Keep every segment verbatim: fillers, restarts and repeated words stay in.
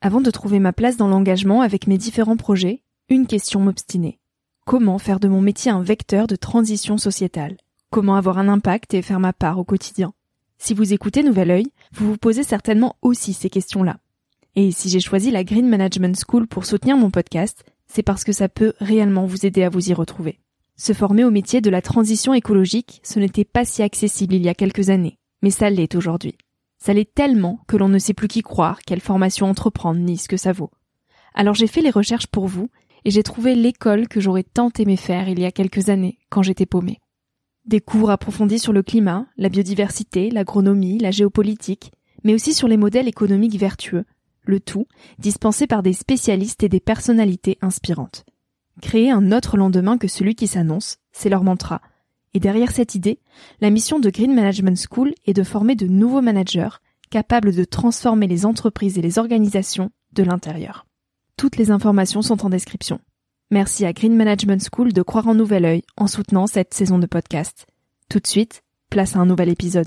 Avant de trouver ma place dans l'engagement avec mes différents projets, une question m'obstinait. Comment faire de mon métier un vecteur de transition sociétale ? Comment avoir un impact et faire ma part au quotidien ? Si vous écoutez Nouvel Œil, vous vous posez certainement aussi ces questions-là. Et si j'ai choisi la Green Management School pour soutenir mon podcast, c'est parce que ça peut réellement vous aider à vous y retrouver. Se former au métier de la transition écologique, ce n'était pas si accessible il y a quelques années, mais ça l'est aujourd'hui. Ça l'est tellement que l'on ne sait plus qui croire, quelle formation entreprendre, ni ce que ça vaut. Alors j'ai fait les recherches pour vous, et j'ai trouvé l'école que j'aurais tant aimé faire il y a quelques années, quand j'étais paumée. Des cours approfondis sur le climat, la biodiversité, l'agronomie, la géopolitique, mais aussi sur les modèles économiques vertueux, le tout dispensé par des spécialistes et des personnalités inspirantes. Créer un autre lendemain que celui qui s'annonce, c'est leur mantra. Et derrière cette idée, la mission de Green Management School est de former de nouveaux managers capables de transformer les entreprises et les organisations de l'intérieur. Toutes les informations sont en description. Merci à Green Management School de croire en Nouvel Œil en soutenant cette saison de podcast. Tout de suite, place à un nouvel épisode.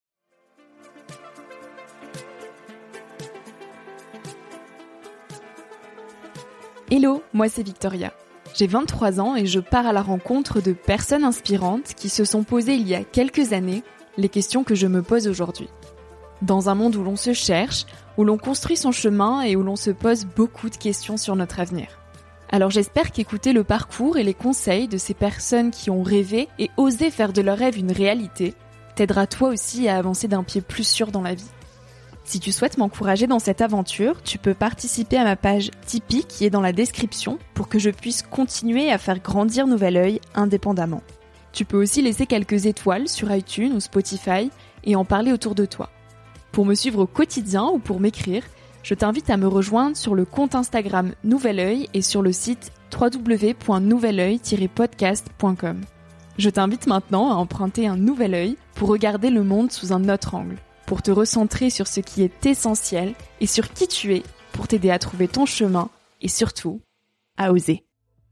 Hello, moi c'est Victoria. J'ai vingt-trois ans et je pars à la rencontre de personnes inspirantes qui se sont posées il y a quelques années les questions que je me pose aujourd'hui. Dans un monde où l'on se cherche, où l'on construit son chemin et où l'on se pose beaucoup de questions sur notre avenir. Alors j'espère qu'écouter le parcours et les conseils de ces personnes qui ont rêvé et osé faire de leur rêve une réalité t'aidera toi aussi à avancer d'un pied plus sûr dans la vie. Si tu souhaites m'encourager dans cette aventure, tu peux participer à ma page Tipeee qui est dans la description pour que je puisse continuer à faire grandir Nouvel Œil indépendamment. Tu peux aussi laisser quelques étoiles sur iTunes ou Spotify et en parler autour de toi. Pour me suivre au quotidien ou pour m'écrire, je t'invite à me rejoindre sur le compte Instagram Nouvel Œil et sur le site w w w point nouvel œil tiret podcast point com. Je t'invite maintenant à emprunter un nouvel œil pour regarder le monde sous un autre angle, pour te recentrer sur ce qui est essentiel et sur qui tu es pour t'aider à trouver ton chemin et surtout, à oser.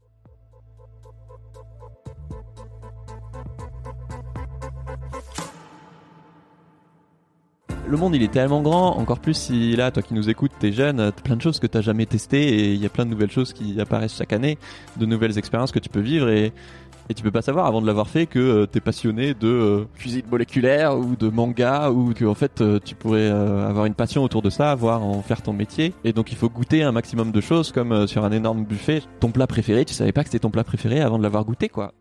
Le monde il est tellement grand, encore plus si là toi qui nous écoutes t'es jeune, t'as plein de choses que t'as jamais testées et il y a plein de nouvelles choses qui apparaissent chaque année, de nouvelles expériences que tu peux vivre et, et tu peux pas savoir avant de l'avoir fait que euh, t'es passionné de euh, physique moléculaire ou de manga ou que en fait euh, tu pourrais euh, avoir une passion autour de ça, voire en faire ton métier. Et donc il faut goûter un maximum de choses comme euh, sur un énorme buffet. Ton plat préféré, tu savais pas que c'était ton plat préféré avant de l'avoir goûté quoi.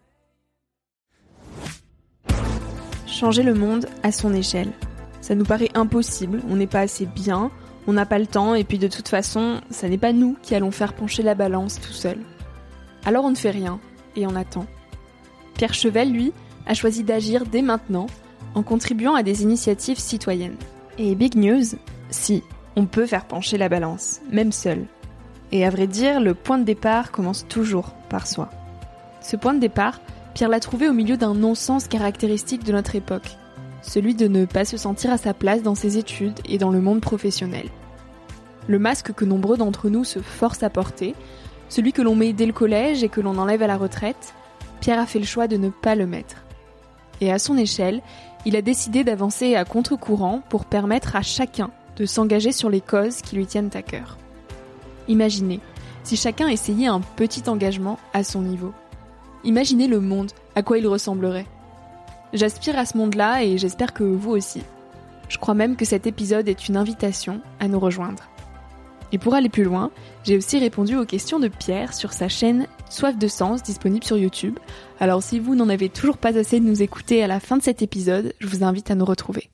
Changer le monde à son échelle. Ça nous paraît impossible, on n'est pas assez bien, on n'a pas le temps et puis de toute façon, ça n'est pas nous qui allons faire pencher la balance tout seul. Alors on ne fait rien et on attend. Pierre Chevel, lui, a choisi d'agir dès maintenant en contribuant à des initiatives citoyennes. Et big news, si, on peut faire pencher la balance, même seul. Et à vrai dire, le point de départ commence toujours par soi. Ce point de départ, Pierre l'a trouvé au milieu d'un non-sens caractéristique de notre époque. Celui de ne pas se sentir à sa place dans ses études et dans le monde professionnel. Le masque que nombreux d'entre nous se forcent à porter, celui que l'on met dès le collège et que l'on enlève à la retraite, Pierre a fait le choix de ne pas le mettre. Et à son échelle, il a décidé d'avancer à contre-courant pour permettre à chacun de s'engager sur les causes qui lui tiennent à cœur. Imaginez, si chacun essayait un petit engagement à son niveau. Imaginez le monde, à quoi il ressemblerait. J'aspire à ce monde-là et j'espère que vous aussi. Je crois même que cet épisode est une invitation à nous rejoindre. Et pour aller plus loin, j'ai aussi répondu aux questions de Pierre sur sa chaîne Soif de Sens disponible sur YouTube. Alors si vous n'en avez toujours pas assez de nous écouter à la fin de cet épisode, je vous invite à nous retrouver.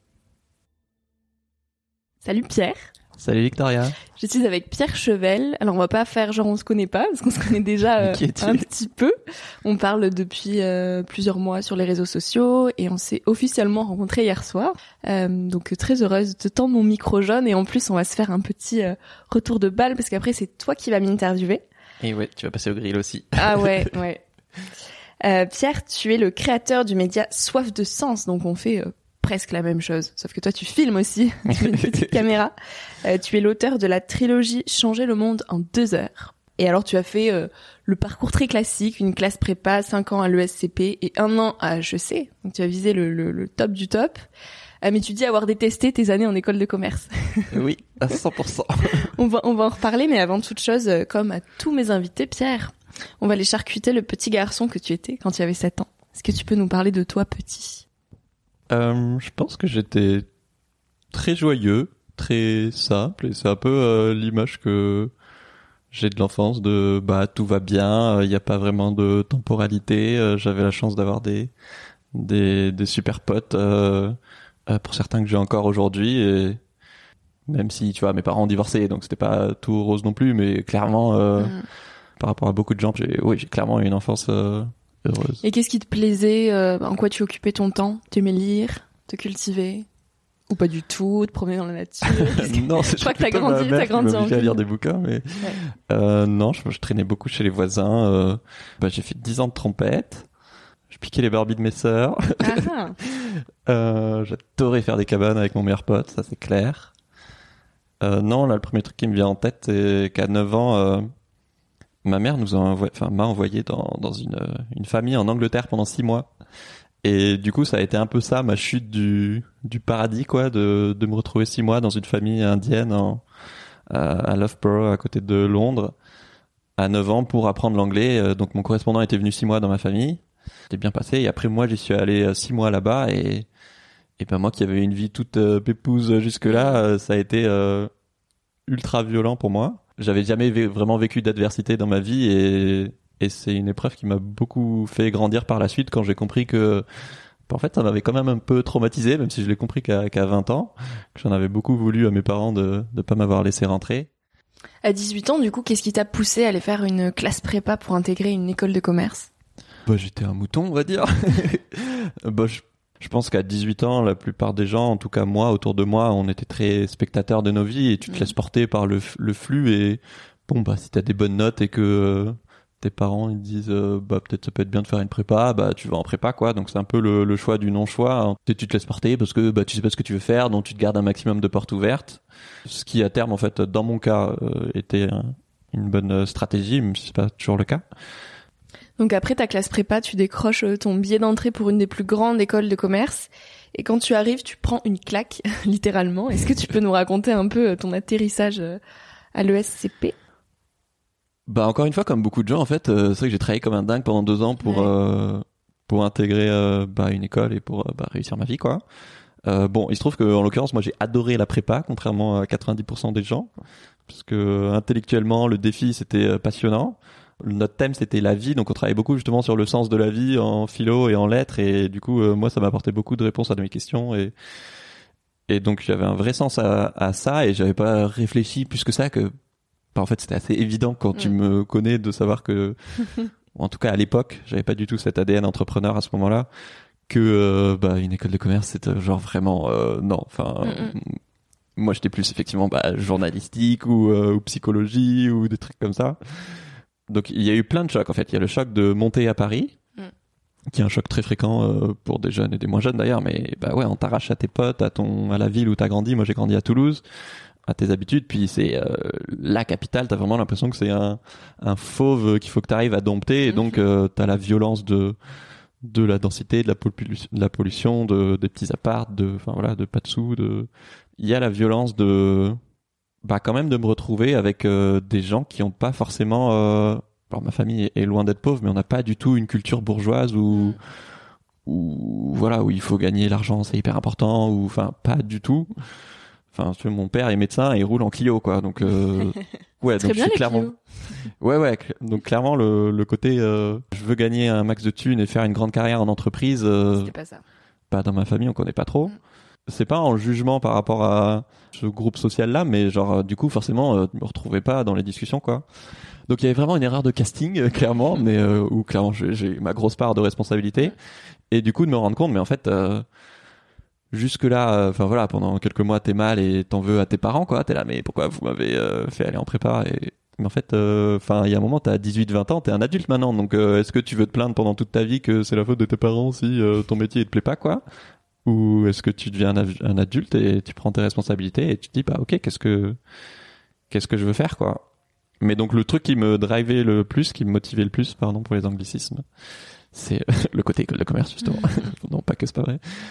Salut Pierre. Salut Victoria. Je suis avec Pierre Chevel. Alors on va pas faire genre on se connaît pas parce qu'on se connaît déjà euh, un petit peu. On parle depuis euh, plusieurs mois sur les réseaux sociaux et on s'est officiellement rencontrés hier soir. Euh, donc très heureuse de te tendre mon micro jaune et en plus on va se faire un petit euh, retour de balle parce qu'après c'est toi qui vas m'interviewer. Et ouais, tu vas passer au grill aussi. Ah ouais, ouais. Euh, Pierre, tu es le créateur du média Soif de Sens, donc on fait euh, presque la même chose, sauf que toi tu filmes aussi, tu as une petite caméra. Euh, tu es l'auteur de la trilogie Changer le monde en deux heures. Et alors tu as fait euh, le parcours très classique, une classe prépa, cinq ans à l'E S C P et un an à H E C. Donc tu as visé le, le, le top du top. Ah, mais tu dis avoir détesté tes années en école de commerce. Oui, à cent pour cent. on va, on va en reparler, mais avant toute chose, comme à tous mes invités, Pierre, on va aller charcuter le petit garçon que tu étais quand tu avais sept ans. Est-ce que tu peux nous parler de toi petit? Euh, je pense que j'étais très joyeux, très simple, et c'est un peu euh, l'image que j'ai de l'enfance, de bah tout va bien, il euh, n'y a pas vraiment de temporalité, euh, j'avais la chance d'avoir des des, des super potes, euh, euh, pour certains que j'ai encore aujourd'hui, et même si tu vois mes parents ont divorcé, donc c'était pas tout rose non plus, mais clairement euh, mmh. par rapport à beaucoup de gens, j'ai oui j'ai clairement eu une enfance euh, heureuse. Et qu'est-ce qui te plaisait, euh, en quoi tu occupais ton temps? Tu aimais lire, te cultiver, ou pas du tout, te promener dans la nature? Non, c'est je crois que t'as grandi, t'as grandi en ville. À lire des bouquins, mais ouais. euh, non, je, je traînais beaucoup chez les voisins. Euh, bah, j'ai fait dix ans de trompette. Je piquais les Barbies de mes sœurs. Ah. euh, j'adorais faire des cabanes avec mon meilleur pote, ça c'est clair. Euh, non, là, le premier truc qui me vient en tête, c'est qu'à neuf ans, euh, ma mère nous a envoyé, enfin, m'a envoyé dans, dans une, une famille en Angleterre pendant six mois. Et du coup, ça a été un peu ça, ma chute du, du paradis, quoi, de, de me retrouver six mois dans une famille indienne en, à, à Loughborough, à côté de Londres, à neuf ans pour apprendre l'anglais. Donc, mon correspondant était venu six mois dans ma famille. C'était bien passé. Et après, moi, j'y suis allé six mois là-bas et, et ben, moi qui avais une vie toute euh, pépouse jusque-là, euh, ça a été euh, ultra violent pour moi. J'avais jamais v- vraiment vécu d'adversité dans ma vie et, et c'est une épreuve qui m'a beaucoup fait grandir par la suite quand j'ai compris que, en fait, ça m'avait quand même un peu traumatisé, même si je l'ai compris qu'à, qu'à vingt ans, que j'en avais beaucoup voulu à mes parents de ne pas m'avoir laissé rentrer. À dix-huit ans, du coup, qu'est-ce qui t'a poussé à aller faire une classe prépa pour intégrer une école de commerce? Bah, j'étais un mouton, on va dire. bah, je, je pense qu'à dix-huit ans, la plupart des gens, en tout cas moi, autour de moi, on était très spectateurs de nos vies et tu te mmh. laisses porter par le, le flux et bon, bah, si t'as des bonnes notes et que euh, tes parents, ils disent, euh, bah, peut-être ça peut être bien de faire une prépa, bah, tu vas en prépa, quoi. Donc c'est un peu le, le choix du non-choix. Hein. Tu te laisses porter parce que, bah, tu sais pas ce que tu veux faire, donc tu te gardes un maximum de portes ouvertes. Ce qui, à terme, en fait, dans mon cas, euh, était un, une bonne stratégie, même si c'est pas toujours le cas. Donc après ta classe prépa, tu décroches ton billet d'entrée pour une des plus grandes écoles de commerce. Et quand tu arrives, tu prends une claque, littéralement. Est-ce que tu peux nous raconter un peu ton atterrissage à l'E S C P? Bah encore une fois, comme beaucoup de gens, en fait, euh, c'est vrai que j'ai travaillé comme un dingue pendant deux ans pour ouais. euh, pour intégrer euh, bah, une école et pour euh, bah, réussir ma vie, quoi. Euh, bon, il se trouve que en l'occurrence, moi, j'ai adoré la prépa, contrairement à quatre-vingt-dix pour cent des gens, parce que intellectuellement, le défi c'était passionnant. Notre thème c'était la vie, donc on travaillait beaucoup justement sur le sens de la vie en philo et en lettres, et du coup euh, moi ça m'a apporté beaucoup de réponses à mes questions, et et donc j'avais un vrai sens à, à ça, et j'avais pas réfléchi plus que ça, que bah, en fait c'était assez évident quand mmh. tu me connais de savoir que en tout cas à l'époque j'avais pas du tout cet A D N entrepreneur à ce moment-là, que euh, bah une école de commerce c'était genre vraiment euh, non enfin mmh. moi j'étais plus effectivement bah journalistique ou, euh, ou psychologie ou des trucs comme ça. Donc il y a eu plein de chocs en fait. Il y a le choc de monter à Paris, mm. qui est un choc très fréquent euh, pour des jeunes et des moins jeunes d'ailleurs. Mais bah ouais, on t'arrache à tes potes, à ton, à la ville où t'as grandi. Moi j'ai grandi à Toulouse, à tes habitudes. Puis c'est euh, la capitale. T'as vraiment l'impression que c'est un, un fauve qu'il faut que t'arrives à dompter. Et donc euh, t'as la violence de de la densité, de la pollution, de la pollution, de des petits apparts, de enfin voilà, de pas de sous. De il y a la violence de bah quand même de me retrouver avec euh, des gens qui ont pas forcément euh... alors ma famille est, est loin d'être pauvre, mais on n'a pas du tout une culture bourgeoise où où voilà, où il faut gagner l'argent, c'est hyper important, ou enfin pas du tout. Enfin tu vois, mon père est médecin et il roule en Clio, quoi, donc euh... ouais, très donc bien, je suis clairement ouais ouais donc clairement le le côté euh, je veux gagner un max de thunes et faire une grande carrière en entreprise, euh... c'était pas ça. Bah dans ma famille on connaît pas trop. Mm. C'est pas en jugement par rapport à ce groupe social là, mais genre euh, du coup forcément euh, je me retrouvais pas dans les discussions, quoi. Donc il y avait vraiment une erreur de casting euh, clairement, mais euh, où clairement j'ai, j'ai ma grosse part de responsabilité, et du coup de me rendre compte mais en fait euh, jusque là enfin euh, voilà, pendant quelques mois t'es mal et t'en veux à tes parents, quoi. T'es là mais pourquoi vous m'avez euh, fait aller en prépa, et mais en fait enfin euh, il y a un moment t'as dix-huit vingt ans, t'es un adulte maintenant, donc euh, est-ce que tu veux te plaindre pendant toute ta vie que c'est la faute de tes parents si euh, ton métier il te plaît pas, quoi? Ou est-ce que tu deviens un adulte et tu prends tes responsabilités et tu te dis bah ok, qu'est-ce que qu'est-ce que je veux faire, quoi. Mais donc le truc qui me drivait le plus, qui me motivait le plus, pardon pour les anglicismes, c'est le côté école de commerce justement. Non, pas que c'est pas vrai.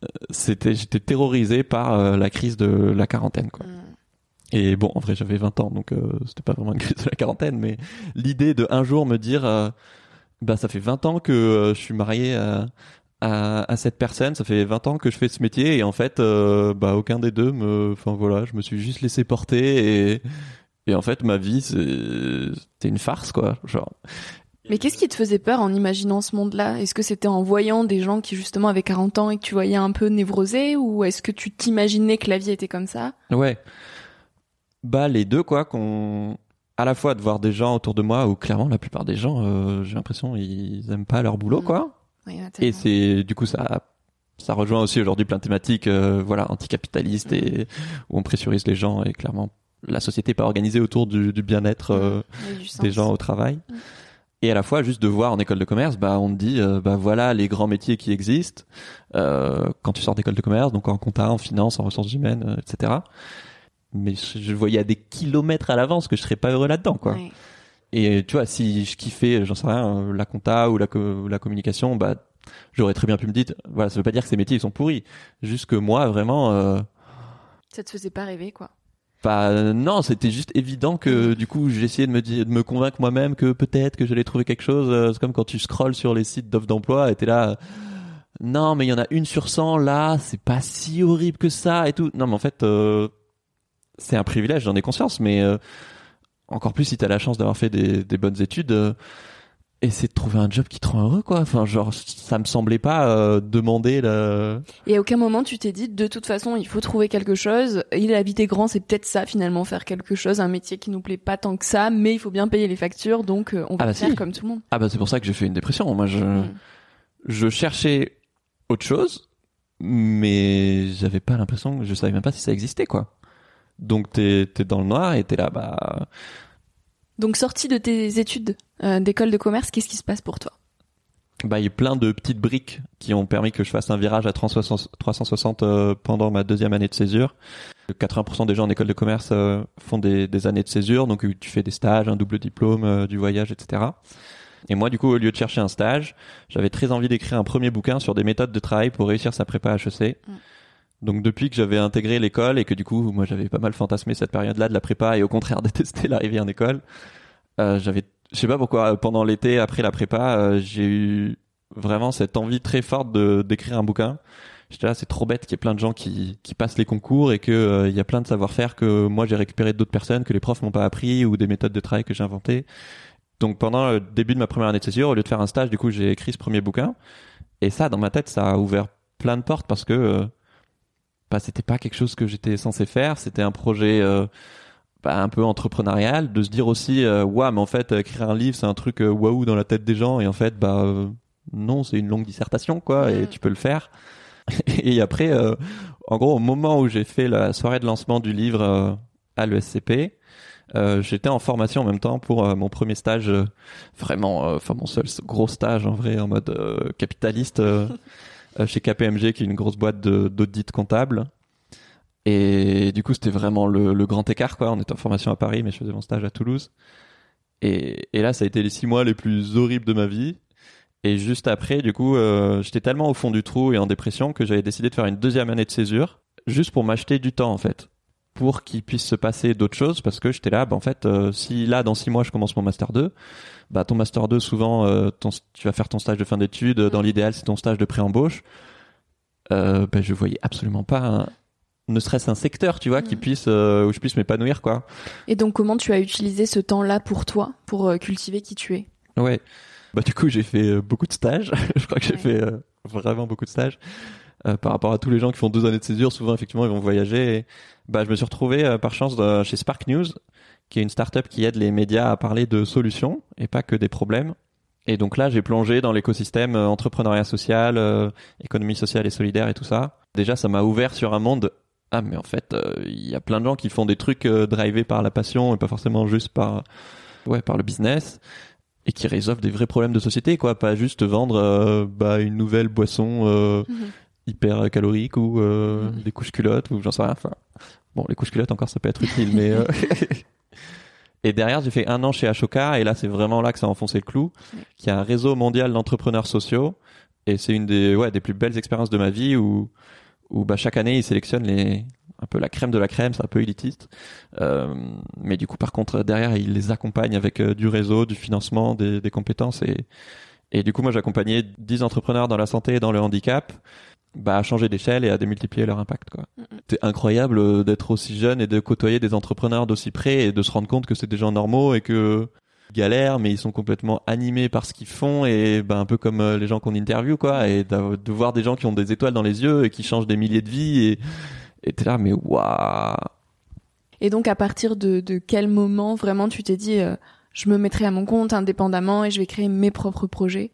c'était, j'étais terrorisé par euh, la crise de la quarantaine, quoi. Mm. Et bon, en vrai, j'avais vingt ans, donc euh, c'était pas vraiment une crise de la quarantaine, mais l'idée de un jour me dire, euh, bah ça fait vingt ans que euh, je suis marié à, à, à cette personne, ça fait vingt ans que je fais ce métier, et en fait, euh, bah aucun des deux me, enfin voilà, je me suis juste laissé porter, et et en fait, ma vie, c'est, c'était une farce, quoi, genre. Mais qu'est-ce qui te faisait peur en imaginant ce monde-là ? Est-ce que c'était en voyant des gens qui justement avaient quarante ans et que tu voyais un peu névrosés, ou est-ce que tu t'imaginais que la vie était comme ça ? Ouais. Bah les deux, quoi, qu'on à la fois de voir des gens autour de moi où clairement la plupart des gens, euh, j'ai l'impression ils aiment pas leur boulot, mmh. quoi. Oui, et c'est du coup ça ça rejoint aussi aujourd'hui plein de thématiques, euh, voilà, anticapitalistes mmh. et où on pressurise les gens, et clairement la société est pas organisée autour du, du bien-être euh, mmh. des gens au travail. Mmh. Et à la fois, juste de voir en école de commerce, bah on te dit, euh, bah voilà les grands métiers qui existent euh, quand tu sors d'école de commerce, donc en compta, en finance, en ressources humaines, euh, et cetera. Mais je voyais à des kilomètres à l'avance que je serais pas heureux là-dedans, quoi. Oui. Et tu vois, si je kiffais, j'en sais rien, la compta ou la, co- la communication, bah j'aurais très bien pu me dire, voilà, ça veut pas dire que ces métiers ils sont pourris, juste que moi vraiment. Euh, ça te faisait pas rêver, quoi. Bah non, c'était juste évident que du coup j'essayais de me dire, de me convaincre moi-même que peut-être que j'allais trouver quelque chose. C'est comme quand tu scrolles sur les sites d'offres d'emploi et t'es là, non mais il y en a une sur cent là, c'est pas si horrible que ça et tout. Non mais en fait euh, c'est un privilège, j'en ai conscience, mais euh, encore plus si t'as la chance d'avoir fait des, des bonnes études. Euh, essayer de trouver un job qui te rend heureux, quoi. Enfin, genre, ça me semblait pas euh, demander la... Et à aucun moment tu t'es dit, de toute façon, il faut trouver quelque chose. Il habiter grand, c'est peut-être ça, finalement, faire quelque chose, un métier qui nous plaît pas tant que ça, mais il faut bien payer les factures, donc euh, on va ah bah faire si. comme tout le monde. Ah bah c'est pour ça que j'ai fait une dépression. Moi, je, mmh. je cherchais autre chose, mais j'avais pas l'impression, je savais même pas si ça existait, quoi. Donc t'es, t'es dans le noir et t'es là, bah... Donc, sorti de tes études euh, d'école de commerce, qu'est-ce qui se passe pour toi ? Bah, il y a plein de petites briques qui ont permis que je fasse un virage à trois cent soixante euh, pendant ma deuxième année de césure. quatre-vingts pour cent des gens en école de commerce euh, font des, des années de césure, donc tu fais des stages, un double diplôme, euh, du voyage, et cetera. Et moi, du coup, au lieu de chercher un stage, j'avais très envie d'écrire un premier bouquin sur des méthodes de travail pour réussir sa prépa H E C. Mmh. Donc depuis que j'avais intégré l'école et que du coup moi j'avais pas mal fantasmé cette période-là de la prépa et au contraire détesté l'arrivée en école, euh, j'avais, je sais pas pourquoi, pendant l'été après la prépa, euh, j'ai eu vraiment cette envie très forte de d'écrire un bouquin. J'étais là, c'est trop bête qu'il y ait plein de gens qui qui passent les concours et que euh, il y a plein de savoir-faire que moi j'ai récupéré d'autres personnes, que les profs m'ont pas appris, ou des méthodes de travail que j'ai inventées. Donc pendant le début de ma première année de césure, au lieu de faire un stage, du coup j'ai écrit ce premier bouquin, et ça dans ma tête ça a ouvert plein de portes parce que euh, bah, c'était pas quelque chose que j'étais censé faire, c'était un projet euh, bah, un peu entrepreneurial, de se dire aussi euh, ouais mais en fait écrire un livre c'est un truc euh, waouh dans la tête des gens, et en fait bah euh, non, c'est une longue dissertation quoi, mmh. et tu peux le faire. Et après euh, en gros au moment où j'ai fait la soirée de lancement du livre euh, à l'E S C P, euh, j'étais en formation en même temps pour euh, mon premier stage, euh, vraiment enfin euh, mon seul gros stage en vrai en mode euh, capitaliste euh, chez K P M G, qui est une grosse boîte de, d'audit comptable. Et du coup, c'était vraiment le, le grand écart, quoi. On était en formation à Paris, mais je faisais mon stage à Toulouse. Et, et là, ça a été les six mois les plus horribles de ma vie. Et juste après, du coup, euh, j'étais tellement au fond du trou et en dépression que j'avais décidé de faire une deuxième année de césure, juste pour m'acheter du temps, en fait, pour qu'il puisse se passer d'autres choses, parce que j'étais là, bah en fait, euh, si là, dans six mois, je commence mon master deux, bah ton master deux, souvent euh, ton, tu vas faire ton stage de fin d'études, dans l'idéal c'est ton stage de pré-embauche. Euh, bah, je voyais absolument pas un, ne serait-ce un secteur, tu vois, mmh. qui puisse euh, où je puisse m'épanouir, quoi. Et donc comment tu as utilisé ce temps-là pour toi, pour euh, cultiver qui tu es ? Ouais, bah du coup j'ai fait euh, beaucoup de stages. Je crois que j'ai ouais. fait euh, vraiment beaucoup de stages. Euh, par rapport à tous les gens qui font deux années de césure, souvent effectivement ils vont voyager. Et, bah je me suis retrouvé euh, par chance de, chez Spark News, qui est une start-up qui aide les médias à parler de solutions et pas que des problèmes. Et donc là, j'ai plongé dans l'écosystème euh, entrepreneuriat social, euh, économie sociale et solidaire et tout ça. Déjà, ça m'a ouvert sur un monde. Ah, mais en fait, il euh, y a plein de gens qui font des trucs euh, drivés par la passion et pas forcément juste par, ouais, par le business, et qui résolvent des vrais problèmes de société, quoi. Pas juste vendre euh, bah, une nouvelle boisson euh, mmh. hyper calorique ou euh, mmh. des couches culottes ou j'en sais rien. Enfin, bon, les couches culottes encore, ça peut être utile, mais. Euh... Et derrière, j'ai fait un an chez Ashoka, et là, c'est vraiment là que ça a enfoncé le clou, qui est un réseau mondial d'entrepreneurs sociaux Et c'est une des, ouais, des plus belles expériences de ma vie où, où bah, chaque année, ils sélectionnent les, un peu la crème de la crème, c'est un peu élitiste. Euh, mais du coup, par contre, derrière, ils les accompagnent avec euh, du réseau, du financement, des, des compétences. Et, et du coup, moi, j'accompagnais dix entrepreneurs dans la santé et dans le handicap, bah, à changer d'échelle et à démultiplier leur impact, quoi. Mm-hmm. C'est incroyable d'être aussi jeune et de côtoyer des entrepreneurs d'aussi près et de se rendre compte que c'est des gens normaux et que galèrent, mais ils sont complètement animés par ce qu'ils font et bah, un peu comme euh, les gens qu'on interviewe, quoi. Et de voir des gens qui ont des étoiles dans les yeux et qui changent des milliers de vies et, et t'es là, mais waouh. Et donc, à partir de, de quel moment vraiment tu t'es dit, euh, je me mettrai à mon compte indépendamment et je vais créer mes propres projets?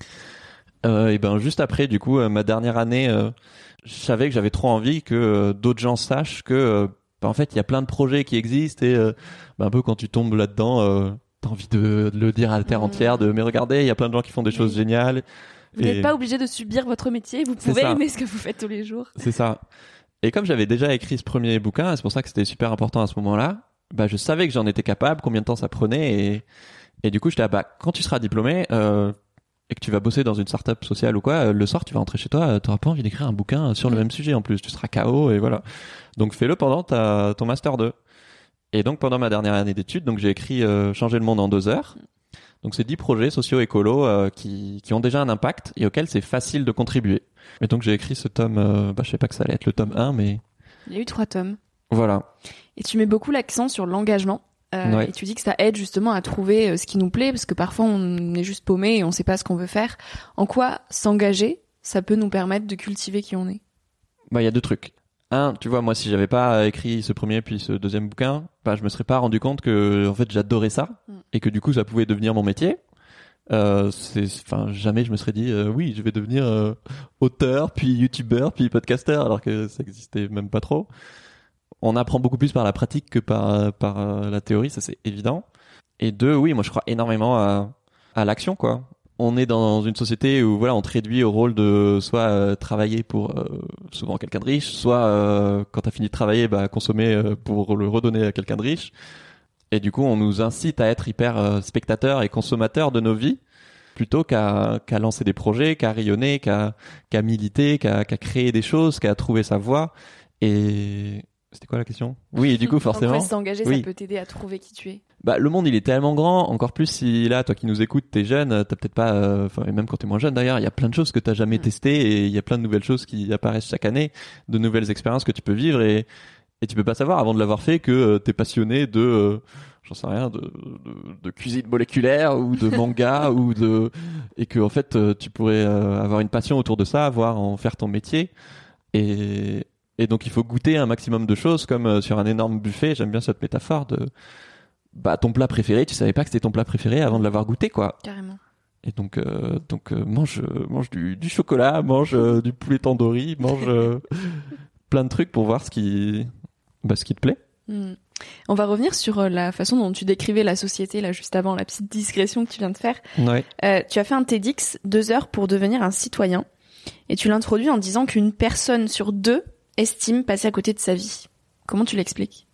Euh, et ben juste après, du coup, euh, ma dernière année, euh, je savais que j'avais trop envie que euh, d'autres gens sachent que, euh, bah, en fait, il y a plein de projets qui existent et euh, bah, un peu quand tu tombes là-dedans, euh, t'as envie de, de le dire à la terre entière, de mais regardez, il y a plein de gens qui font des choses oui. géniales. Vous et... n'êtes pas obligé de subir votre métier, vous pouvez aimer ce que vous faites tous les jours. C'est ça. Et comme j'avais déjà écrit ce premier bouquin, c'est pour ça que c'était super important à ce moment-là, bah je savais que j'en étais capable, combien de temps ça prenait et et du coup j'étais là, bah quand tu seras diplômé euh, et que tu vas bosser dans une start-up sociale ou quoi, le soir tu vas rentrer chez toi, t'auras pas envie d'écrire un bouquin sur le même sujet en plus, tu seras K O et voilà. Donc fais-le pendant ta ton master deux. Et donc pendant ma dernière année d'études, donc j'ai écrit euh, Changer le monde en deux heures. Donc c'est dix projets socio-écolos euh, qui qui ont déjà un impact et auxquels c'est facile de contribuer. Et donc j'ai écrit ce tome, euh, bah je sais pas que ça allait être le tome un, mais il y a eu trois tomes. Voilà. Et tu mets beaucoup l'accent sur l'engagement. Euh, ouais. Et tu dis que ça aide justement à trouver euh, ce qui nous plaît, parce que parfois on est juste paumé et on sait pas ce qu'on veut faire. En quoi s'engager, ça peut nous permettre de cultiver qui on est? Bah il y a deux trucs. Un, tu vois, moi si j'avais pas écrit ce premier puis ce deuxième bouquin, bah je me serais pas rendu compte que en fait j'adorais ça mm. et que du coup ça pouvait devenir mon métier. Euh, c'est, enfin, jamais je me serais dit, euh, oui, je vais devenir euh, auteur, puis youtubeur, puis podcasteur, alors que ça existait même pas trop. On apprend beaucoup plus par la pratique que par par euh, la théorie, ça c'est évident. Et deux, oui, moi je crois énormément à à l'action, quoi. On est dans une société où voilà, on te réduit au rôle de soit euh, travailler pour euh, souvent quelqu'un de riche, soit euh, quand t'as fini de travailler, bah consommer euh, pour le redonner à quelqu'un de riche. Et du coup, on nous incite à être hyper euh, spectateurs et consommateurs de nos vies, plutôt qu'à, qu'à lancer des projets, qu'à rayonner, qu'à, qu'à militer, qu'à, qu'à créer des choses, qu'à trouver sa voie. Et c'était quoi la question? Oui, et du coup, forcément. En fait, s'engager, oui. Ça peut t'aider à trouver qui tu es. Bah, le monde, il est tellement grand. Encore plus si là, toi qui nous écoutes, t'es jeune, t'as peut-être pas, enfin, euh, même quand t'es moins jeune d'ailleurs, il y a plein de choses que t'as jamais mmh. testées et il y a plein de nouvelles choses qui apparaissent chaque année, de nouvelles expériences que tu peux vivre et Et tu peux pas savoir avant de l'avoir fait que euh, t'es passionné de, euh, j'en sais rien, de, de, de cuisine moléculaire ou de manga ou de, et que en fait euh, tu pourrais euh, avoir une passion autour de ça, voire en faire ton métier. Et, et donc il faut goûter un maximum de choses comme euh, sur un énorme buffet. J'aime bien cette métaphore de, bah ton plat préféré, tu savais pas que c'était ton plat préféré avant de l'avoir goûté, quoi. Carrément. Et donc, euh, donc euh, mange, mange du, du chocolat, mange euh, du poulet tandoori, mange euh, plein de trucs pour voir ce qui Bah, ce qui te plaît. Mmh. On va revenir sur la façon dont tu décrivais la société là juste avant la petite digression que tu viens de faire. Ouais. Euh, tu as fait un TEDx deux heures pour devenir un citoyen et tu l'introduis en disant qu'une personne sur deux estime passer à côté de sa vie. Comment tu l'expliques?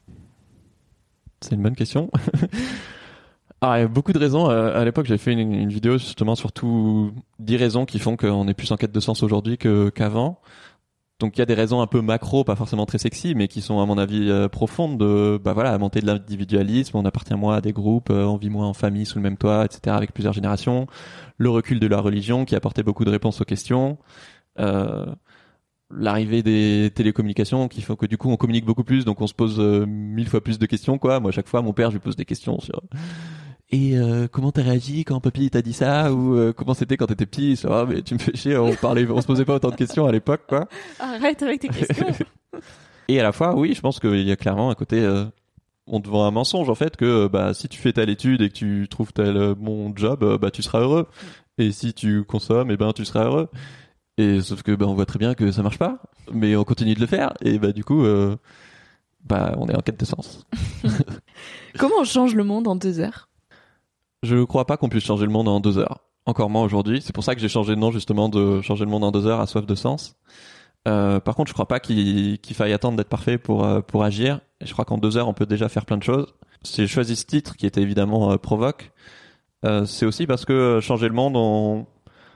C'est une bonne question. Ah, il y a beaucoup de raisons. À l'époque, j'avais fait une, une vidéo justement sur tout dix raisons qui font qu'on est plus en quête de sens aujourd'hui que, qu'avant. Donc il y a des raisons un peu macro, pas forcément très sexy, mais qui sont à mon avis euh, profondes de bah voilà, monter de l'individualisme, on appartient moins à des groupes, euh, on vit moins en famille sous le même toit, et cetera avec plusieurs générations, le recul de la religion qui apportait beaucoup de réponses aux questions, euh, l'arrivée des télécommunications qui font que du coup on communique beaucoup plus, donc on se pose euh, mille fois plus de questions, quoi. Moi à chaque fois mon père je lui pose des questions sur et euh, comment t'as réagi quand papy t'a dit ça, ou euh, comment c'était quand t'étais petit? Ça va, mais tu me fais chier, on parlait, on se posait pas autant de questions à l'époque, quoi. Arrête avec tes questions. Et à la fois, oui, je pense qu'il y a clairement un côté, euh, on te vend un mensonge en fait, que bah si tu fais telle étude et que tu trouves tel euh, bon job, euh, bah tu seras heureux. Et si tu consommes, et ben tu seras heureux. Et sauf que bah on voit très bien que ça marche pas, mais on continue de le faire. Et bah du coup, euh, bah on est en quête de sens. Comment on change le monde en deux heures? Je crois pas qu'on puisse changer le monde en deux heures. Encore moins aujourd'hui. C'est pour ça que j'ai changé de nom, justement, de changer le monde en deux heures à Soif de Sens. Euh, par contre, je crois pas qu'il, qu'il faille attendre d'être parfait pour, euh, pour agir. Et je crois qu'en deux heures, on peut déjà faire plein de choses. J'ai choisi ce titre qui était évidemment euh, provoque. Euh, c'est aussi parce que changer le monde, on,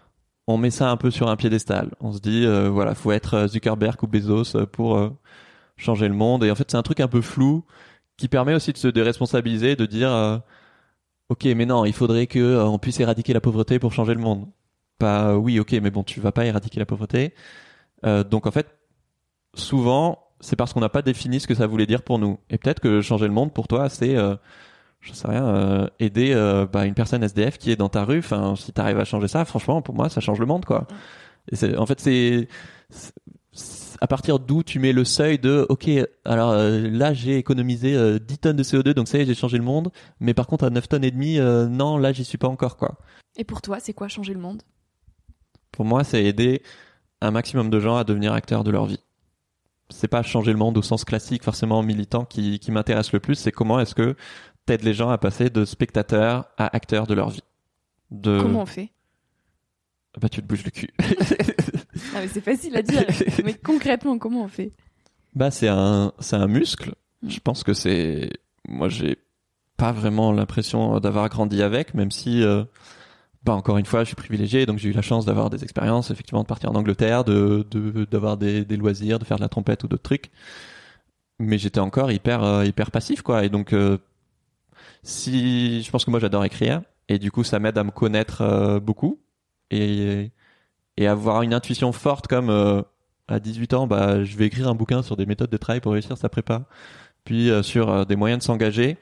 on met ça un peu sur un piédestal. On se dit, euh, voilà, faut être Zuckerberg ou Bezos pour euh, changer le monde. Et en fait, c'est un truc un peu flou qui permet aussi de se déresponsabiliser, de dire, euh, ok, mais non, il faudrait que euh, on puisse éradiquer la pauvreté pour changer le monde. Pas, euh, oui, ok, mais bon, tu vas pas éradiquer la pauvreté. Euh, donc en fait, souvent, c'est parce qu'on n'a pas défini ce que ça voulait dire pour nous. Et peut-être que changer le monde pour toi, c'est euh, je sais rien, euh, aider euh, bah, une personne S D F qui est dans ta rue. Enfin, si t'arrives à changer ça, franchement, pour moi, ça change le monde, quoi. Et c'est, en fait, c'est, c'est à partir d'où tu mets le seuil de, ok, alors euh, là, j'ai économisé euh, dix tonnes de C O deux, donc ça y est, j'ai changé le monde. Mais par contre, à neuf tonnes et demi, euh, non, là, j'y suis pas encore, quoi. Et pour toi, c'est quoi changer le monde ? Pour moi, c'est aider un maximum de gens à devenir acteurs de leur vie. C'est pas changer le monde au sens classique, forcément militant, qui, qui m'intéresse le plus. C'est comment est-ce que t'aides les gens à passer de spectateurs à acteurs de leur vie. De... Comment on fait ? Bah, tu te bouges le cul. Ah, mais c'est facile à dire. Mais concrètement, comment on fait ? Bah, c'est un, c'est un muscle. Je pense que c'est, moi, j'ai pas vraiment l'impression d'avoir grandi avec, même si, euh, bah, encore une fois, je suis privilégié, donc j'ai eu la chance d'avoir des expériences, effectivement, de partir en Angleterre, de, de, d'avoir des, des loisirs, de faire de la trompette ou d'autres trucs. Mais j'étais encore hyper, euh, hyper passif, quoi. Et donc, euh, si, je pense que moi, j'adore écrire. Et du coup, ça m'aide à me connaître euh, beaucoup. Et, et avoir une intuition forte comme, euh, à dix-huit ans, bah, je vais écrire un bouquin sur des méthodes de travail pour réussir sa prépa. Puis, euh, sur euh, des moyens de s'engager.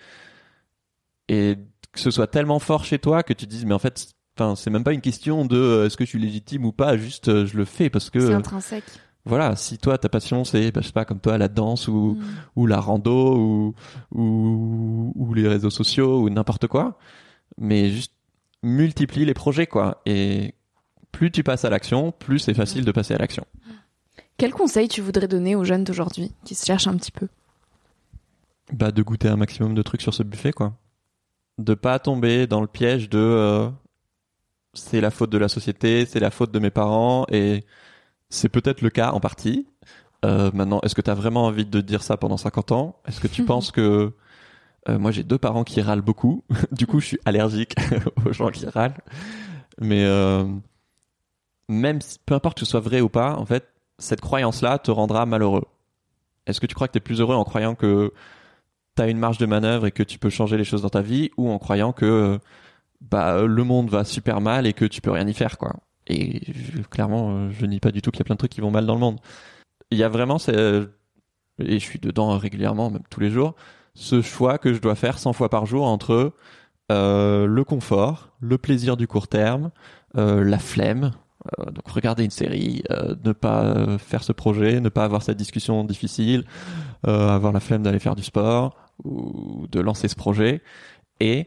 Et que ce soit tellement fort chez toi que tu te dises, mais en fait, enfin, c'est même pas une question de euh, est-ce que je suis légitime ou pas, juste euh, je le fais parce que c'est intrinsèque. Voilà, si toi ta passion c'est bah, je sais pas comme toi la danse ou Mm. ou la rando ou ou ou les réseaux sociaux ou n'importe quoi, mais juste multiplie les projets quoi, et plus tu passes à l'action, plus c'est facile de passer à l'action. Quel conseil tu voudrais donner aux jeunes d'aujourd'hui qui se cherchent un petit peu ? Bah de goûter un maximum de trucs sur ce buffet quoi. De pas tomber dans le piège de euh, c'est la faute de la société, c'est la faute de mes parents, et c'est peut-être le cas en partie. Euh, maintenant, est-ce que tu as vraiment envie de dire ça pendant cinquante ans ? Est-ce que tu penses que... Euh, moi, j'ai deux parents qui râlent beaucoup. Du coup, je suis allergique aux gens qui râlent. Mais euh, même si, peu importe que ce soit vrai ou pas, en fait, cette croyance-là te rendra malheureux. Est-ce que tu crois que tu es plus heureux en croyant que tu as une marge de manœuvre et que tu peux changer les choses dans ta vie, ou en croyant que bah, le monde va super mal et que tu peux rien y faire, quoi ? Et je, clairement, je nie pas du tout qu'il y a plein de trucs qui vont mal dans le monde. Il y a vraiment, c'est, et je suis dedans régulièrement, même tous les jours, ce choix que je dois faire cent fois par jour entre euh, le confort, le plaisir du court terme, euh, la flemme, euh, donc regarder une série, euh, ne pas euh, faire ce projet, ne pas avoir cette discussion difficile, euh, avoir la flemme d'aller faire du sport ou de lancer ce projet, et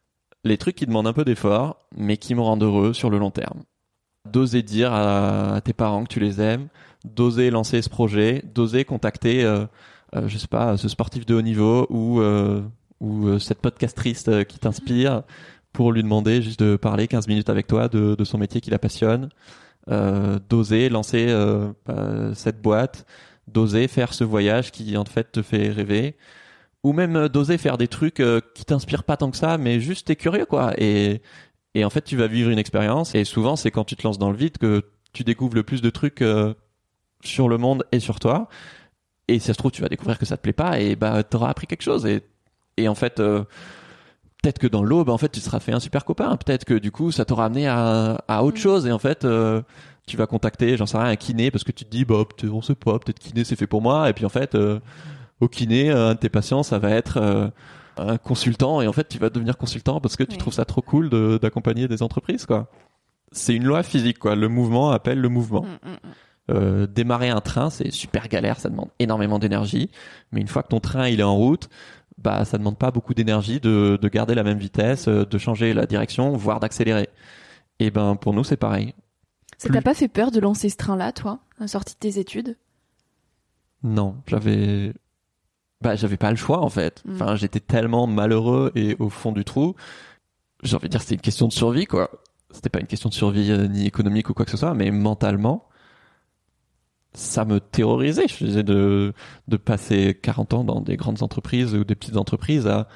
les trucs qui demandent un peu d'effort, mais qui me rendent heureux sur le long terme. D'oser dire à, à tes parents que tu les aimes, d'oser lancer ce projet, d'oser contacter, euh, euh, je sais pas, ce sportif de haut niveau ou euh, ou euh, cette podcastrice euh, qui t'inspire, pour lui demander juste de parler quinze minutes avec toi de, de son métier qui la passionne, euh, d'oser lancer euh, bah, cette boîte, d'oser faire ce voyage qui en fait te fait rêver, ou même euh, d'oser faire des trucs euh, qui t'inspirent pas tant que ça, mais juste t'es curieux quoi, et Et en fait, tu vas vivre une expérience, et souvent, c'est quand tu te lances dans le vide que tu découvres le plus de trucs euh, sur le monde et sur toi. Et si ça se trouve, tu vas découvrir que ça te plaît pas, et bah, t'auras appris quelque chose. Et, et en fait, euh, peut-être que dans l'eau, bah, en fait, tu seras fait un super copain. Peut-être que du coup, ça t'aura amené à, à autre chose. Et en fait, euh, tu vas contacter, j'en sais rien, un kiné, parce que tu te dis, bah, peut-être, on sait pas, peut-être kiné, c'est fait pour moi. Et puis en fait, euh, au kiné, un de tes patients, ça va être... Euh, un consultant, et en fait tu vas devenir consultant parce que tu oui. trouves ça trop cool de, d'accompagner des entreprises quoi. C'est une loi physique quoi, le mouvement appelle le mouvement. Mmh, mmh. Euh, démarrer un train c'est super galère, ça demande énormément d'énergie, mais une fois que ton train il est en route, bah ça demande pas beaucoup d'énergie de, de garder la même vitesse, de changer la direction, voire d'accélérer. Et ben pour nous c'est pareil. Ça Plus... t'a pas fait peur de lancer ce train-là toi, à la sortie de tes études ? Non, j'avais Bah, j'avais pas le choix, en fait. Mm. Enfin, j'étais tellement malheureux et au fond du trou. J'ai envie de dire, c'était une question de survie, quoi. C'était pas une question de survie euh, ni économique ou quoi que ce soit, mais mentalement, ça me terrorisait. Je faisais de, de passer quarante ans dans des grandes entreprises ou des petites entreprises à,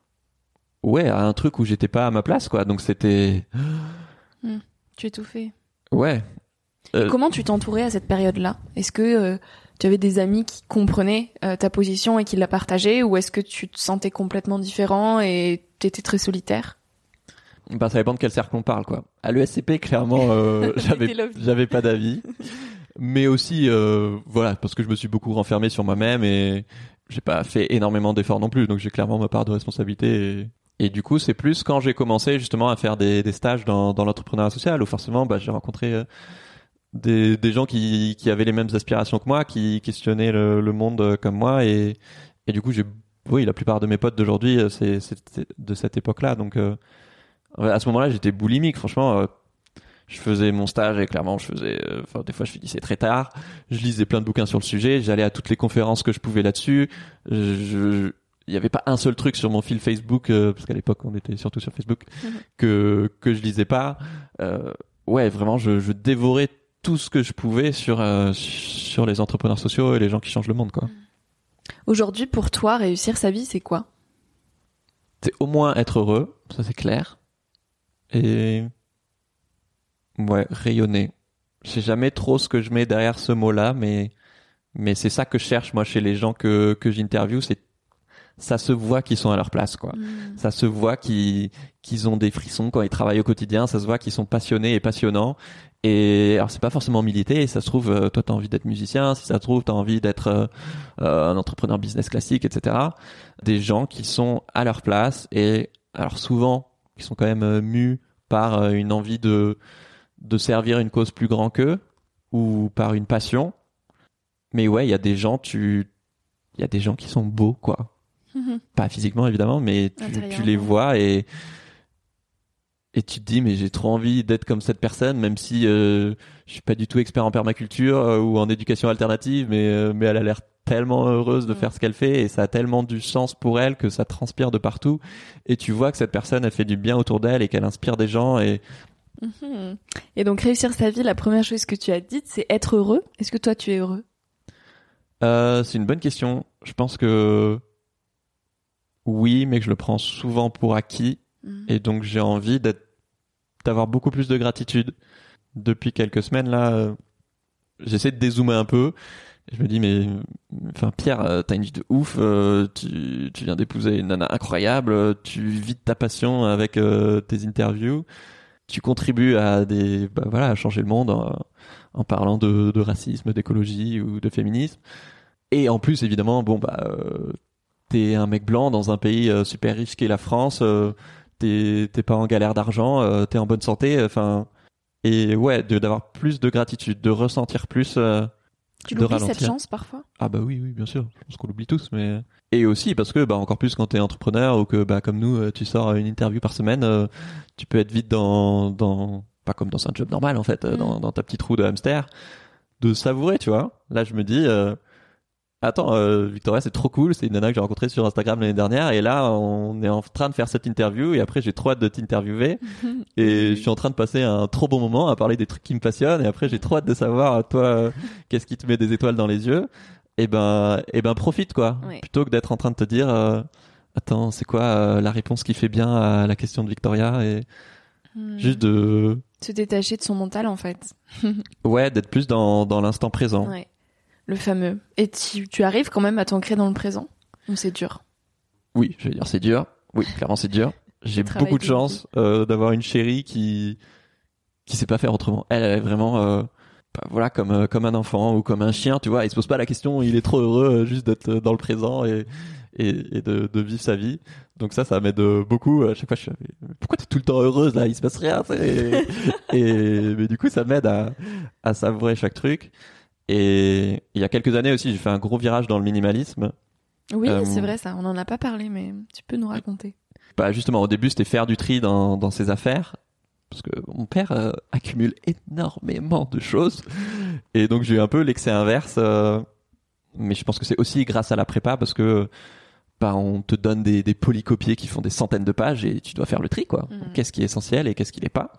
ouais, à un truc où j'étais pas à ma place, quoi. Donc c'était, Mm. Tu étouffais. Ouais. Euh... Comment tu t'entourais à cette période-là ? Est-ce que euh, tu avais des amis qui comprenaient euh, ta position et qui la partageaient, ou est-ce que tu te sentais complètement différent et t'étais très solitaire ? Bah, ça dépend de quel cercle on parle, quoi. À l'E S C P, clairement, euh, j'avais, j'avais pas d'avis. Mais aussi, euh, voilà, parce que je me suis beaucoup renfermé sur moi-même et j'ai pas fait énormément d'efforts non plus. Donc, j'ai clairement ma part de responsabilité. Et, et du coup, c'est plus quand j'ai commencé justement à faire des, des stages dans, dans l'entrepreneuriat social où forcément, bah, j'ai rencontré euh, des, des gens qui, qui avaient les mêmes aspirations que moi, qui questionnaient le, le monde comme moi. Et, et du coup, j'ai, oui, la plupart de mes potes d'aujourd'hui, c'est, c'est, c'est de cette époque-là. Donc, euh, à ce moment-là, j'étais boulimique. Franchement, euh, je faisais mon stage et clairement, je faisais. Enfin, euh, des fois, je finissais très tard. Je lisais plein de bouquins sur le sujet. J'allais à toutes les conférences que je pouvais là-dessus. Je, il y avait pas un seul truc sur mon fil Facebook, euh, parce qu'à l'époque, on était surtout sur Facebook, mmh. que que je lisais pas. Euh, ouais, vraiment, je, je dévorais tout ce que je pouvais sur euh, sur les entrepreneurs sociaux et les gens qui changent le monde, quoi. Aujourd'hui, pour toi, réussir sa vie, c'est quoi ? C'est au moins être heureux, ça c'est clair. Et ouais, rayonner. Je sais jamais trop ce que je mets derrière ce mot-là, mais mais c'est ça que je cherche moi chez les gens que que j'interviewe, c'est ça se voit qu'ils sont à leur place, quoi. Mmh. Ça se voit qu'ils qu'ils ont des frissons quand ils travaillent au quotidien, ça se voit qu'ils sont passionnés et passionnants. Et alors c'est pas forcément militer, ça se trouve euh, toi t'as envie d'être musicien, si ça se trouve t'as envie d'être euh, euh, un entrepreneur business classique, et cetera. Des gens qui sont à leur place et alors souvent qui sont quand même euh, mus par euh, une envie de de servir une cause plus grand qu'eux ou par une passion. Mais ouais, il y a des gens tu il y a des gens qui sont beaux, quoi. Mmh. Pas physiquement évidemment, mais tu, tu les vois et et tu te dis mais j'ai trop envie d'être comme cette personne, même si euh, je suis pas du tout expert en permaculture euh, ou en éducation alternative, mais euh, mais elle a l'air tellement heureuse de mmh. faire ce qu'elle fait et ça a tellement du sens pour elle que ça transpire de partout et tu vois que cette personne elle fait du bien autour d'elle et qu'elle inspire des gens et mmh. Et donc réussir sa vie, la première chose que tu as dite, c'est être heureux. Est-ce que toi tu es heureux ? euh, C'est une bonne question. Je pense que oui, mais que je le prends souvent pour acquis. Mmh. Et donc j'ai envie d'être, d'avoir beaucoup plus de gratitude. Depuis quelques semaines là, euh, j'essaie de dézoomer un peu. Et je me dis mais, enfin Pierre, euh, t'as une vie de ouf. Euh, tu, tu viens d'épouser une nana incroyable. Tu vis de ta passion avec euh, tes interviews. Tu contribues à des, bah voilà, à changer le monde en, en parlant de, de racisme, d'écologie ou de féminisme. Et en plus évidemment, bon bah, euh, t'es un mec blanc dans un pays euh, super riche qu'est la France. Euh, T'es, t'es pas en galère d'argent, euh, t'es en bonne santé, enfin, et ouais, de, d'avoir plus de gratitude, de ressentir plus, euh, tu l'oublies cette chance parfois ? Ah bah oui, oui, bien sûr, je pense qu'on l'oublie tous, mais et aussi parce que bah encore plus quand t'es entrepreneur ou que bah comme nous, tu sors une interview par semaine, euh, tu peux être vite dans dans pas comme dans un job normal en fait, mmh. dans dans ta petite roue de hamster, de savourer, tu vois. Là, je me dis. Euh, Attends, euh, Victoria, c'est trop cool. C'est une nana que j'ai rencontrée sur Instagram l'année dernière. Et là, on est en train de faire cette interview. Et après, j'ai trop hâte de t'interviewer. Et je suis en train de passer un trop bon moment à parler des trucs qui me passionnent. Et après, j'ai trop hâte de savoir, toi, euh, qu'est-ce qui te met des étoiles dans les yeux. Et ben, et ben, profite, quoi. Oui. Plutôt que d'être en train de te dire, euh, attends, c'est quoi euh, la réponse qui fait bien à la question de Victoria et mmh. juste de se détacher de son mental, en fait. Ouais, d'être plus dans dans l'instant présent. Ouais. Le fameux. Et tu, tu arrives quand même à t'ancrer dans le présent ? Ou c'est dur ? Oui, je vais dire c'est dur. Oui, clairement c'est dur. J'ai beaucoup de chance euh, d'avoir une chérie qui qui sait pas faire autrement. Elle, elle est vraiment euh, bah, voilà comme euh, comme un enfant ou comme un chien, tu vois. Il se pose pas la question. Il est trop heureux euh, juste d'être dans le présent et et, et de, de vivre sa vie. Donc ça, ça m'aide beaucoup. À chaque fois, je suis pourquoi t'es tout le temps heureuse là ? Il se passe rien. Et, et mais du coup, ça m'aide à à savourer chaque truc. Et il y a quelques années aussi, j'ai fait un gros virage dans le minimalisme. Oui, euh, c'est vrai ça. On n'en a pas parlé, mais tu peux nous raconter. Bah justement, au début, c'était faire du tri dans, dans ses affaires. Parce que mon père euh, accumule énormément de choses. Et donc, j'ai eu un peu l'excès inverse. Euh, mais je pense que c'est aussi grâce à la prépa parce que bah, on te donne des, des polycopiés qui font des centaines de pages et tu dois faire le tri, quoi. Mmh. Donc, qu'est-ce qui est essentiel et qu'est-ce qui l'est pas.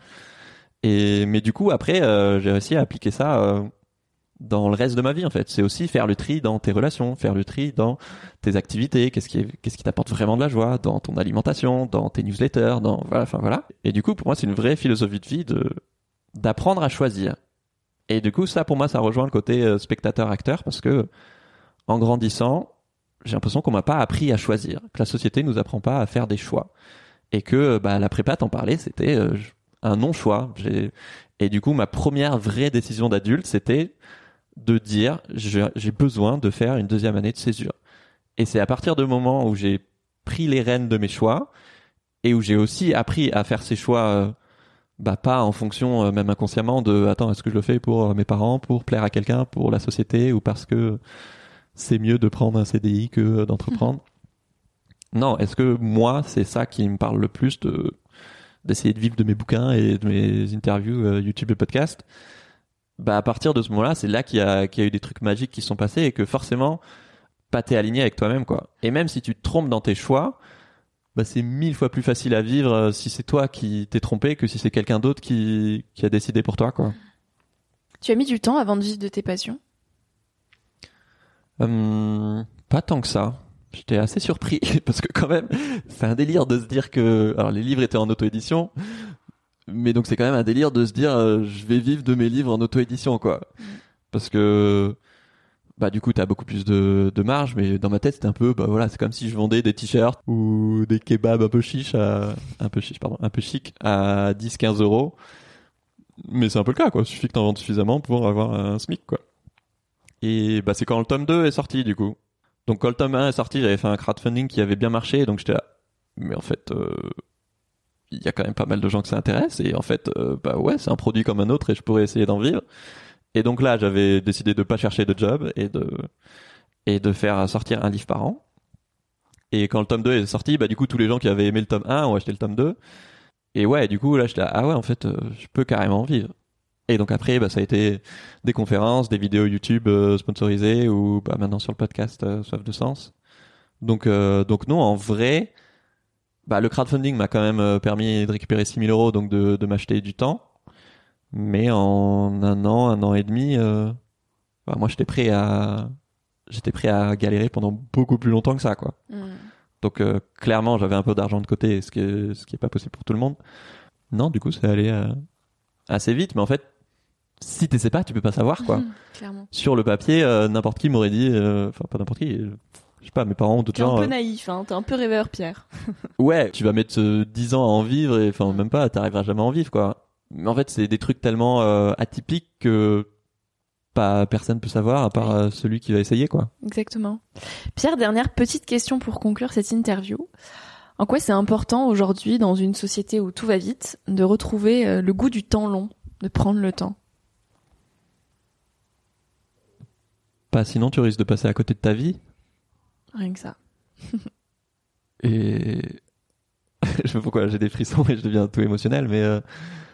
Et, mais du coup, après, euh, j'ai réussi à appliquer ça... Euh, dans le reste de ma vie en fait, c'est aussi faire le tri dans tes relations, faire le tri dans tes activités, qu'est-ce qui est, qu'est-ce qui t'apporte vraiment de la joie, dans ton alimentation, dans tes newsletters, dans voilà, enfin voilà. Et du coup pour moi c'est une vraie philosophie de vie de d'apprendre à choisir. Et du coup, ça, pour moi, ça rejoint le côté euh, spectateur-acteur parce que, en grandissant, j'ai l'impression qu'on m'a pas appris à choisir, que la société nous apprend pas à faire des choix. Et que, bah, la prépa, t'en parlais, c'était euh, un non-choix. J'ai... Et du coup, ma première vraie décision d'adulte, c'était de dire, je, j'ai besoin de faire une deuxième année de césure. Et c'est à partir du moment où j'ai pris les rênes de mes choix et où j'ai aussi appris à faire ces choix, euh, bah, pas en fonction, euh, même inconsciemment, de, attends, est-ce que je le fais pour euh, mes parents, pour plaire à quelqu'un, pour la société, ou parce que c'est mieux de prendre un C D I que d'entreprendre. Mmh. Non, est-ce que moi, c'est ça qui me parle le plus de, d'essayer de vivre de mes bouquins et de mes interviews euh, YouTube et podcasts. Bah, à partir de ce moment-là, c'est là qu'il y a, qu'il y a eu des trucs magiques qui se sont passés et que forcément, pas t'es aligné avec toi-même, quoi. Et même si tu te trompes dans tes choix, bah, c'est mille fois plus facile à vivre euh, si c'est toi qui t'es trompé que si c'est quelqu'un d'autre qui, qui a décidé pour toi, quoi. Tu as mis du temps avant de vivre de tes passions? Hum, pas tant que ça. J'étais assez surpris parce que quand même, c'est un délire de se dire que, alors les livres étaient en auto-édition, mais donc c'est quand même un délire de se dire, euh, je vais vivre de mes livres en auto-édition, quoi. Parce que, bah du coup t'as beaucoup plus de, de marge, mais dans ma tête c'était un peu, bah voilà, c'est comme si je vendais des t-shirts ou des kebabs un peu chiches à, un peu chiche, pardon, un peu chic à dix quinze euros. Mais c'est un peu le cas, quoi. Il suffit que t'en vendes suffisamment pour avoir un SMIC, quoi. Et bah c'est quand le tome deux est sorti, du coup. Donc quand le tome un est sorti, j'avais fait un crowdfunding qui avait bien marché, donc j'étais là. Mais en fait, euh, il y a quand même pas mal de gens que ça intéresse, et en fait, euh, bah ouais, c'est un produit comme un autre et je pourrais essayer d'en vivre. Et donc là, j'avais décidé de pas chercher de job et de, et de faire sortir un livre par an. Et quand le tome deux est sorti, bah du coup, tous les gens qui avaient aimé le tome un ont acheté le tome deux. Et ouais, du coup, là, j'étais là, ah ouais, en fait, euh, je peux carrément vivre. Et donc après, bah, ça a été des conférences, des vidéos YouTube euh, sponsorisées ou bah, maintenant sur le podcast euh, Soif de Sens. Donc, euh, donc non, en vrai, bah, le crowdfunding m'a quand même euh, permis de récupérer six mille euros, donc de, de m'acheter du temps. Mais en un an, un an et demi, euh, bah, moi j'étais prêt à, j'étais prêt à galérer pendant beaucoup plus longtemps que ça, quoi. Mm. Donc euh, clairement, j'avais un peu d'argent de côté, ce qui est, ce qui est pas possible pour tout le monde. Non, du coup, c'est allé euh, assez vite, mais en fait, si t'essaies pas, tu peux pas savoir, quoi. Mmh, clairement. Sur le papier, euh, n'importe qui m'aurait dit, enfin euh, pas n'importe qui, euh, je sais pas, mes parents ou d'autres gens. T'es un peu euh, naïf, hein, t'es un peu rêveur, Pierre. Ouais, tu vas mettre euh, dix ans à en vivre, et enfin même pas, t'arriveras jamais à en vivre, quoi. Mais en fait, c'est des trucs tellement euh, atypiques que pas personne peut savoir à part oui. euh, celui qui va essayer, quoi. Exactement. Pierre, dernière petite question pour conclure cette interview. En quoi c'est important aujourd'hui, dans une société où tout va vite, de retrouver euh, le goût du temps long, de prendre le temps? Pas sinon tu risques de passer à côté de ta vie. Rien que ça. Et je sais pas pourquoi j'ai des frissons et je deviens tout émotionnel, mais euh...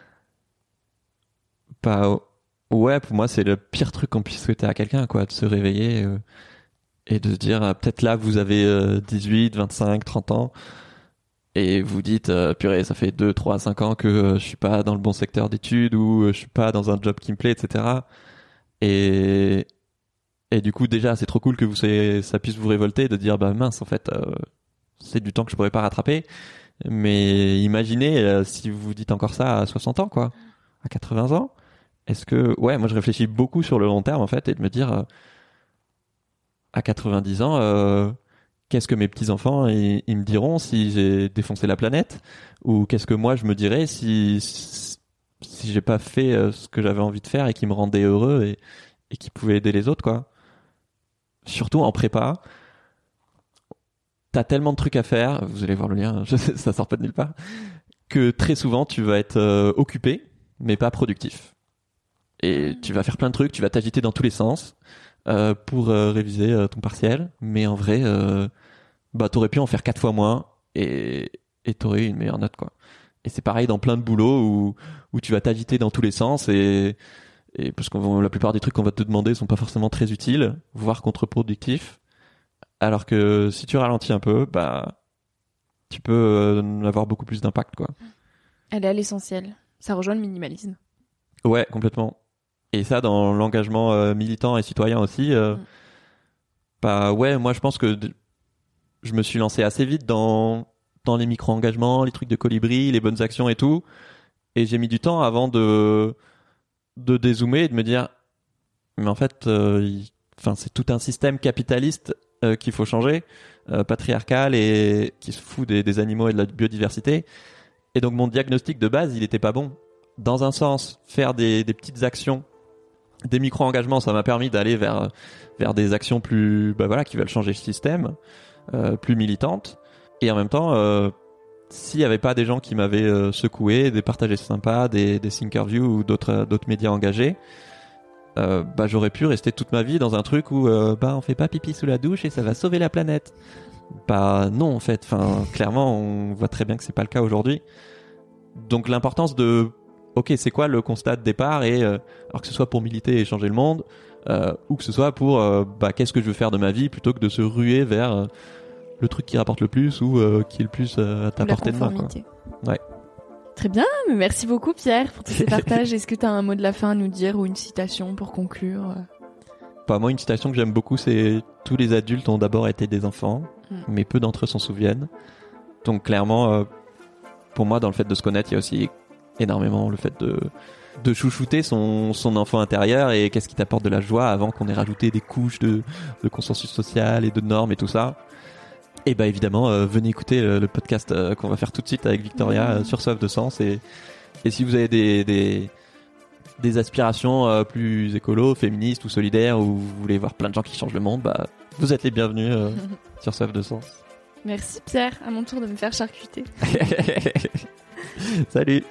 pas. Ouais, pour moi c'est le pire truc qu'on puisse souhaiter à quelqu'un, quoi, de se réveiller euh... et de se dire euh, peut-être là vous avez euh, dix-huit, vingt-cinq, trente ans et vous dites euh, purée ça fait deux, trois, cinq ans que euh, je suis pas dans le bon secteur d'études ou euh, je suis pas dans un job qui me plaît, et cetera. Et Et du coup, déjà, c'est trop cool que vous soyez, ça puisse vous révolter de dire, bah mince, en fait, euh, c'est du temps que je pourrais pas rattraper. Mais imaginez euh, si vous dites encore ça à soixante ans, quoi, à quatre-vingts ans. Est-ce que, ouais, moi je réfléchis beaucoup sur le long terme, en fait, et de me dire, euh, à quatre-vingt-dix ans, euh, qu'est-ce que mes petits-enfants, ils, ils me diront si j'ai défoncé la planète? Ou qu'est-ce que moi je me dirais si, si, si j'ai pas fait euh, ce que j'avais envie de faire et qui me rendait heureux et, et qui pouvait aider les autres, quoi. Surtout en prépa, t'as tellement de trucs à faire, vous allez voir le lien, je sais, ça sort pas de nulle part, que très souvent tu vas être euh, occupé, mais pas productif. Et tu vas faire plein de trucs, tu vas t'agiter dans tous les sens euh, pour euh, réviser euh, ton partiel, mais en vrai, euh, bah t'aurais pu en faire quatre fois moins et et t'aurais eu une meilleure note, quoi. Et c'est pareil dans plein de boulots où où tu vas t'agiter dans tous les sens et Et parce que la plupart des trucs qu'on va te demander sont pas forcément très utiles, voire contre-productifs. Alors que si tu ralentis un peu, bah, tu peux euh, avoir beaucoup plus d'impact, quoi. Elle est à l'essentiel. Ça rejoint le minimalisme. Ouais, complètement. Et ça, dans l'engagement euh, militant et citoyen aussi, euh, mm. bah ouais, moi je pense que d- je me suis lancé assez vite dans dans les micro-engagements, les trucs de colibri, les bonnes actions et tout. Et j'ai mis du temps avant de de dézoomer et de me dire, mais en fait, euh, il... enfin, c'est tout un système capitaliste euh, qu'il faut changer, euh, patriarcal et qui se fout des, des animaux et de la biodiversité. Et donc mon diagnostic de base, il était pas bon. Dans un sens, faire des, des petites actions, des micro-engagements, ça m'a permis d'aller vers vers des actions plus, bah voilà, qui veulent changer le système, euh, plus militantes. Et en même temps, euh, s'il y avait pas des gens qui m'avaient euh, secoué, des partagés sympas, des, des Thinkerview ou d'autres d'autres médias engagés, euh, bah j'aurais pu rester toute ma vie dans un truc où euh, bah on fait pas pipi sous la douche et ça va sauver la planète. Bah non en fait, enfin clairement on voit très bien que c'est pas le cas aujourd'hui. Donc l'importance de ok, c'est quoi le constat de départ et euh, alors que ce soit pour militer et changer le monde euh, ou que ce soit pour euh, bah qu'est-ce que je veux faire de ma vie plutôt que de se ruer vers euh, le truc qui rapporte le plus ou euh, qui est le plus euh, à ta portée de main quoi. Ouais. Très bien, merci beaucoup Pierre pour tous ces partages. Est-ce que tu as un mot de la fin à nous dire ou une citation pour conclure? Bah, moi une citation que j'aime beaucoup c'est tous les adultes ont d'abord été des enfants mm. mais peu d'entre eux s'en souviennent. Donc clairement euh, pour moi dans le fait de se connaître il y a aussi énormément le fait de de chouchouter son son enfant intérieur et qu'est-ce qui t'apporte de la joie avant qu'on ait rajouté des couches de de consensus social et de normes et tout ça. Et bah évidemment euh, venez écouter le, le podcast euh, qu'on va faire tout de suite avec Victoria euh, sur Soif de Sens et et si vous avez des des des aspirations euh, plus écolo, féministes ou solidaires ou vous voulez voir plein de gens qui changent le monde, bah vous êtes les bienvenus euh, sur Soif de Sens. Merci Pierre, à mon tour de me faire charcuter. Salut.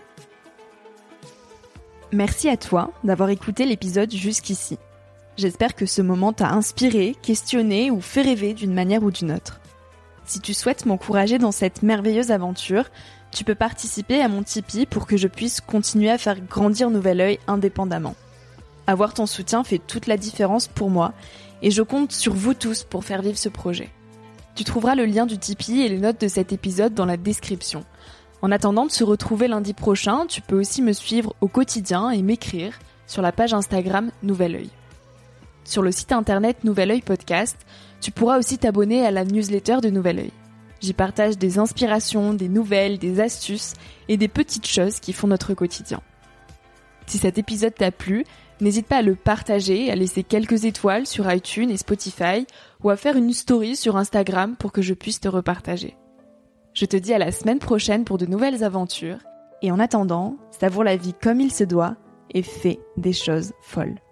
Merci à toi d'avoir écouté l'épisode jusqu'ici. J'espère que ce moment t'a inspiré, questionné ou fait rêver d'une manière ou d'une autre. Si tu souhaites m'encourager dans cette merveilleuse aventure, tu peux participer à mon Tipeee pour que je puisse continuer à faire grandir Nouvel Oeil indépendamment. Avoir ton soutien fait toute la différence pour moi et je compte sur vous tous pour faire vivre ce projet. Tu trouveras le lien du Tipeee et les notes de cet épisode dans la description. En attendant de se retrouver lundi prochain, tu peux aussi me suivre au quotidien et m'écrire sur la page Instagram Nouvel Oeil. Sur le site internet Nouvel Oeil Podcast, tu pourras aussi t'abonner à la newsletter de Nouvel Oeil. J'y partage des inspirations, des nouvelles, des astuces et des petites choses qui font notre quotidien. Si cet épisode t'a plu, n'hésite pas à le partager, à laisser quelques étoiles sur iTunes et Spotify ou à faire une story sur Instagram pour que je puisse te repartager. Je te dis à la semaine prochaine pour de nouvelles aventures et en attendant, savoure la vie comme il se doit et fais des choses folles.